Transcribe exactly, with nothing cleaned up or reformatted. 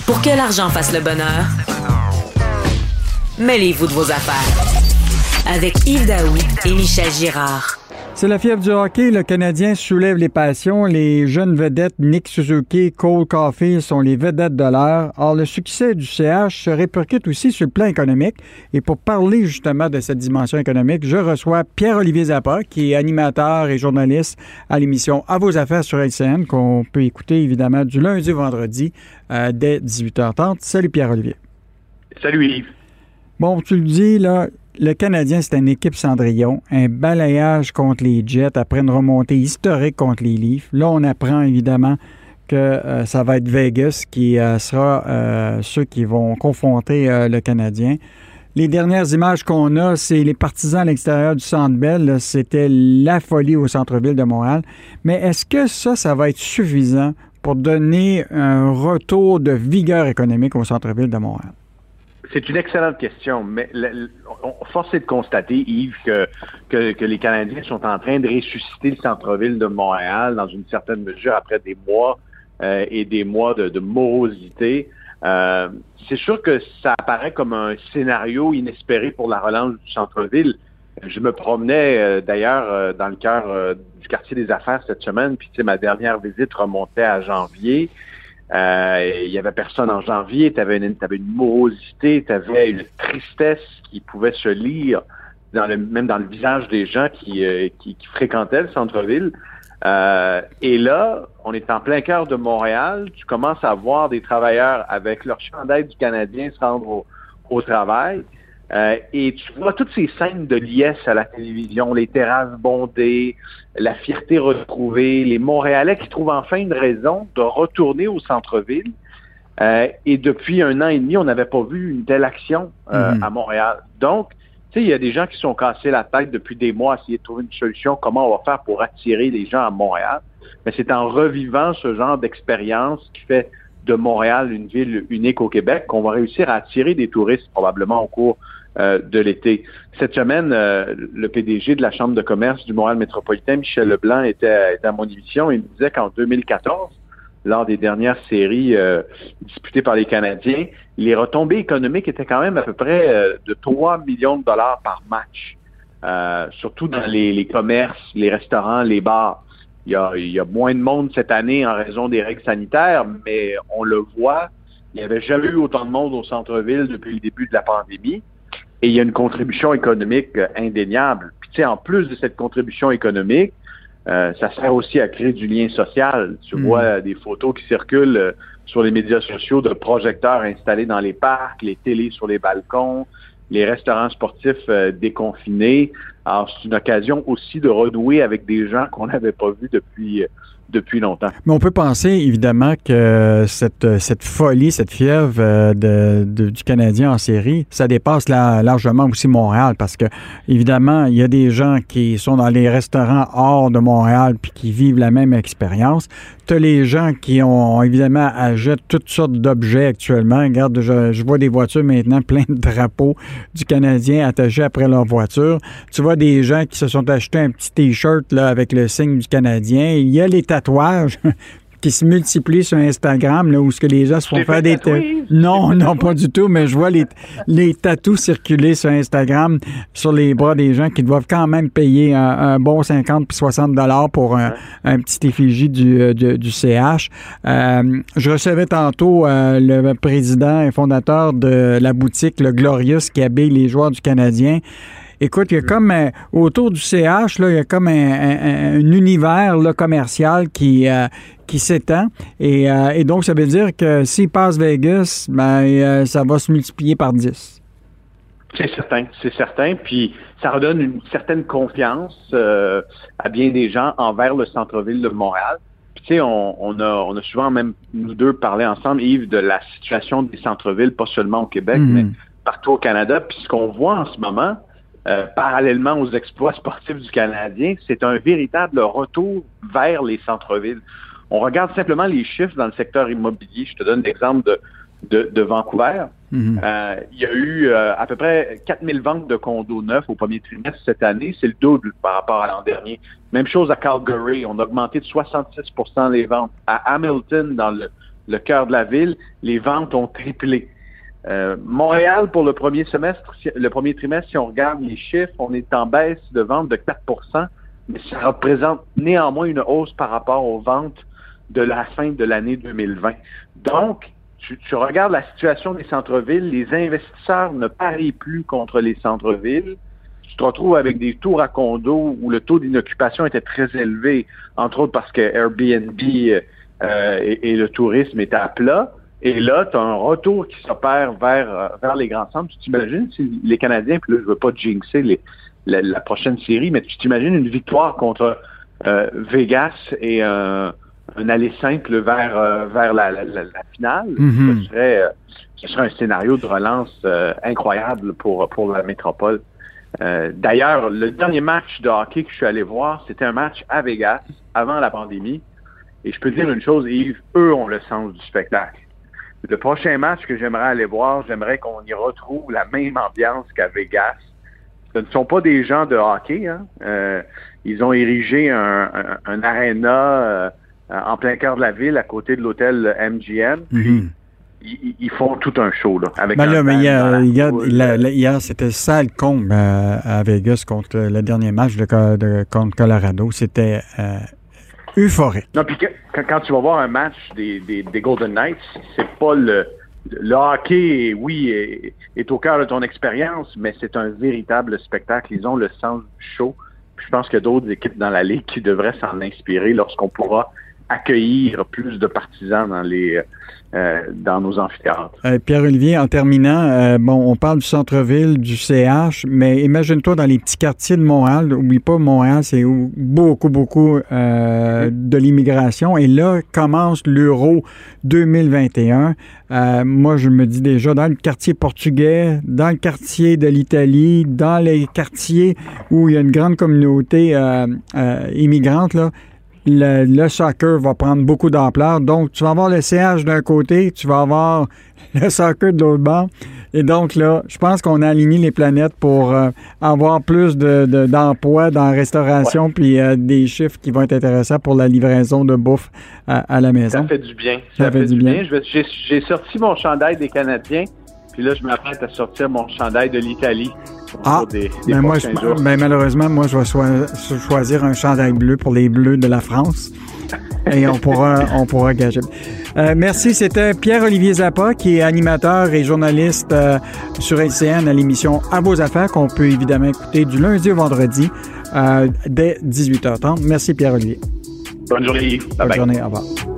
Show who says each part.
Speaker 1: Pour que l'argent fasse le bonheur, mêlez-vous de vos affaires. Avec Yves Daoui et Michel Girard.
Speaker 2: C'est la fièvre du hockey. Le Canadien soulève les passions. Les jeunes vedettes Nick Suzuki, Cole Caulfield sont les vedettes de l'heure. Or, le succès du C H se répercute aussi sur le plan économique. Et pour parler justement de cette dimension économique, je reçois Pierre-Olivier Zappa, qui est animateur et journaliste à l'émission À vos affaires sur L C N, qu'on peut écouter évidemment du lundi au vendredi euh, dès dix-huit heures trente. Salut Pierre-Olivier.
Speaker 3: Salut Yves.
Speaker 2: Bon, tu le dis, là, le Canadien, c'est une équipe Cendrillon, un balayage contre les Jets après une remontée historique contre les Leafs. Là, on apprend évidemment que euh, ça va être Vegas qui euh, sera euh, ceux qui vont confronter euh, le Canadien. Les dernières images qu'on a, c'est les partisans à l'extérieur du Centre Bell. Là, c'était la folie au centre-ville de Montréal. Mais est-ce que ça, ça va être suffisant pour donner un retour de vigueur économique au centre-ville de Montréal?
Speaker 3: C'est une excellente question, mais le, on, force est de constater, Yves, que, que, que les Canadiens sont en train de ressusciter le centre-ville de Montréal dans une certaine mesure après des mois euh, et des mois de, de morosité. Euh, c'est sûr que ça apparaît comme un scénario inespéré pour la relance du centre-ville. Je me promenais euh, d'ailleurs euh, dans le cœur euh, du quartier des affaires cette semaine, puis tu sais, ma dernière visite remontait à janvier. Euh, il y avait personne en janvier, tu avais une, t'avais une morosité, tu avais une tristesse qui pouvait se lire dans le, même dans le visage des gens qui, euh, qui, qui fréquentaient le centre-ville. Euh, et là, on est en plein cœur de Montréal, tu commences à voir des travailleurs avec leur chandail du Canadien se rendre au, au travail. Euh, et tu vois toutes ces scènes de liesse à la télévision, les terrasses bondées, la fierté retrouvée, les Montréalais qui trouvent enfin une raison de retourner au centre-ville. Euh, et depuis un an et demi, on n'avait pas vu une telle action euh, mm-hmm. à Montréal. Donc, tu sais, il y a des gens qui sont cassés la tête depuis des mois à essayer de trouver une solution, comment on va faire pour attirer les gens à Montréal. Mais c'est en revivant ce genre d'expérience qui fait de Montréal une ville unique au Québec qu'on va réussir à attirer des touristes probablement au cours euh, de l'été. Cette semaine, euh, le P D G de la Chambre de commerce du Montréal métropolitain, Michel Leblanc, était, était à mon émission et il me disait qu'en deux mille quatorze, lors des dernières séries euh, disputées par les Canadiens, les retombées économiques étaient quand même à peu près euh, de trois millions de dollars par match, euh, surtout dans les, les commerces, les restaurants, les bars. Il y, a, il y a moins de monde cette année en raison des règles sanitaires, mais on le voit, il n'y avait jamais eu autant de monde au centre-ville depuis le début de la pandémie. Et il y a une contribution économique euh, indéniable. Puis tu sais, en plus de cette contribution économique, euh, ça sert aussi à créer du lien social. Tu mmh. vois euh, des photos qui circulent euh, sur les médias sociaux de projecteurs installés dans les parcs, les télés sur les balcons, les restaurants sportifs euh, déconfinés. Alors, c'est une occasion aussi de renouer avec des gens qu'on n'avait pas vus depuis, euh, depuis longtemps.
Speaker 2: Mais on peut penser, évidemment, que cette, cette folie, cette fièvre euh, de, de, du Canadien en série, ça dépasse la, largement aussi Montréal parce que, évidemment, il y a des gens qui sont dans les restaurants hors de Montréal puis qui vivent la même expérience. Tu as les gens qui ont, évidemment, achètent toutes sortes d'objets actuellement. Regarde, je, je vois des voitures maintenant plein de drapeaux du Canadien attachés après leur voiture. Tu vois des gens qui se sont achetés un petit T-shirt là, avec le signe du Canadien. Il y a les tatouages qui se multiplient sur Instagram, là, où ce que les gens se font faire des...
Speaker 3: tatoués,
Speaker 2: non, non, pas du tout, mais je vois les, les tatous circuler sur Instagram sur les bras des gens qui doivent quand même payer un, un bon cinquante puis soixante dollars pour un, un petit effigie du, du, du C H. Euh, je recevais tantôt euh, le président et fondateur de la boutique Le Glorious qui habille les joueurs du Canadien. Écoute, il y a comme, euh, autour du C H, là, il y a comme un, un, un univers là, commercial qui, euh, qui s'étend. Et, euh, et donc, ça veut dire que s'il passe Vegas, ben, euh, ça va se multiplier par dix.
Speaker 3: C'est certain, c'est certain. Puis, ça redonne une certaine confiance euh, à bien des gens envers le centre-ville de Montréal. Puis, tu sais, on, on, a, on a souvent même, nous deux, parlé ensemble, Yves, de la situation des centres-villes, pas seulement au Québec, mm-hmm. mais partout au Canada. Puis, ce qu'on voit en ce moment, Euh, parallèlement aux exploits sportifs du Canadien, c'est un véritable retour vers les centres-villes. On regarde simplement les chiffres dans le secteur immobilier. Je te donne l'exemple de, de, de Vancouver. Mm-hmm. Euh, il y a eu euh, à peu près quatre mille ventes de condos neufs au premier trimestre cette année. C'est le double par rapport à l'an dernier. Même chose à Calgary. On a augmenté de soixante-six pour cent les ventes. À Hamilton, dans le le cœur de la ville, les ventes ont triplé. Euh, Montréal, pour le premier semestre, le premier trimestre, si on regarde les chiffres, on est en baisse de vente de quatre pour cent, mais ça représente néanmoins une hausse par rapport aux ventes de la fin de l'année deux mille vingt. Donc, tu, tu regardes la situation des centres-villes, les investisseurs ne parient plus contre les centres-villes. Tu te retrouves avec des tours à condos où le taux d'inoccupation était très élevé, entre autres parce que Airbnb euh, et, et le tourisme étaient à plat. Et là, tu as un retour qui s'opère vers, vers les grands centres. Tu t'imagines si les Canadiens, puis là, je veux pas jinxer les, la, la prochaine série, mais tu t'imagines une victoire contre euh, Vegas et euh, un aller simple vers, euh, vers la, la, la, la finale. Mm-hmm. Ce serait, euh, ce serait un scénario de relance euh, incroyable pour, pour la métropole. Euh, d'ailleurs, le dernier match de hockey que je suis allé voir, c'était un match à Vegas, avant la pandémie. Et je peux te dire une chose, Yves, eux ont le sens du spectacle. Le prochain match que j'aimerais aller voir, j'aimerais qu'on y retrouve la même ambiance qu'à Vegas. Ce ne sont pas des gens de hockey, hein. Euh, ils ont érigé un, un, un aréna euh, en plein cœur de la ville, à côté de l'hôtel M G M. Puis, mm-hmm. ils, ils font tout un show, là. Avec
Speaker 2: ben là, mais hier, hier, la, la, hier, c'était sale comble euh, à Vegas contre le dernier match de, de, contre Colorado. C'était euh, euphorique.
Speaker 3: Non, puis quand, quand tu vas voir un match des, des, des Golden Knights, c'est pas le... Le hockey, oui, est, est au cœur de ton expérience, mais c'est un véritable spectacle. Ils ont le sens du show. Puis je pense qu'il y a d'autres équipes dans la Ligue qui devraient s'en inspirer lorsqu'on pourra accueillir plus de partisans dans les euh, dans nos amphithéâtres.
Speaker 2: Euh, Pierre-Olivier, en terminant, euh, bon, on parle du centre-ville, du C H, mais imagine-toi dans les petits quartiers de Montréal. Oublie pas, Montréal, c'est beaucoup, beaucoup euh, de l'immigration. Et là, commence l'Euro deux mille vingt et un. Euh, moi, je me dis déjà, dans le quartier portugais, dans le quartier de l'Italie, dans les quartiers où il y a une grande communauté euh, euh, immigrante, là, Le, le soccer va prendre beaucoup d'ampleur. Donc, tu vas avoir le C H d'un côté, tu vas avoir le soccer de l'autre bord. Et donc, là, je pense qu'on a aligné les planètes pour euh, avoir plus de, de, d'emplois dans la restauration, ouais. puis euh, des chiffres qui vont être intéressants pour la livraison de bouffe à, à la maison.
Speaker 3: Ça fait du bien. Ça, Ça fait, fait du bien. bien. Je vais, j'ai, j'ai sorti mon chandail des Canadiens, puis là, je m'apprête à sortir mon chandail de l'Italie.
Speaker 2: Ah, des, des ben moi, je, ben malheureusement, moi, je vais cho- choisir un chandail bleu pour les Bleus de la France. Et on pourra, on pourra gager. Euh, merci. C'était Pierre-Olivier Zappa, qui est animateur et journaliste euh, sur L C N à l'émission À vos affaires, qu'on peut évidemment écouter du lundi au vendredi euh, dès dix-huit heures trente. Merci, Pierre-Olivier.
Speaker 3: Bonne journée. Bye
Speaker 2: Bonne
Speaker 3: bye.
Speaker 2: journée. Au revoir.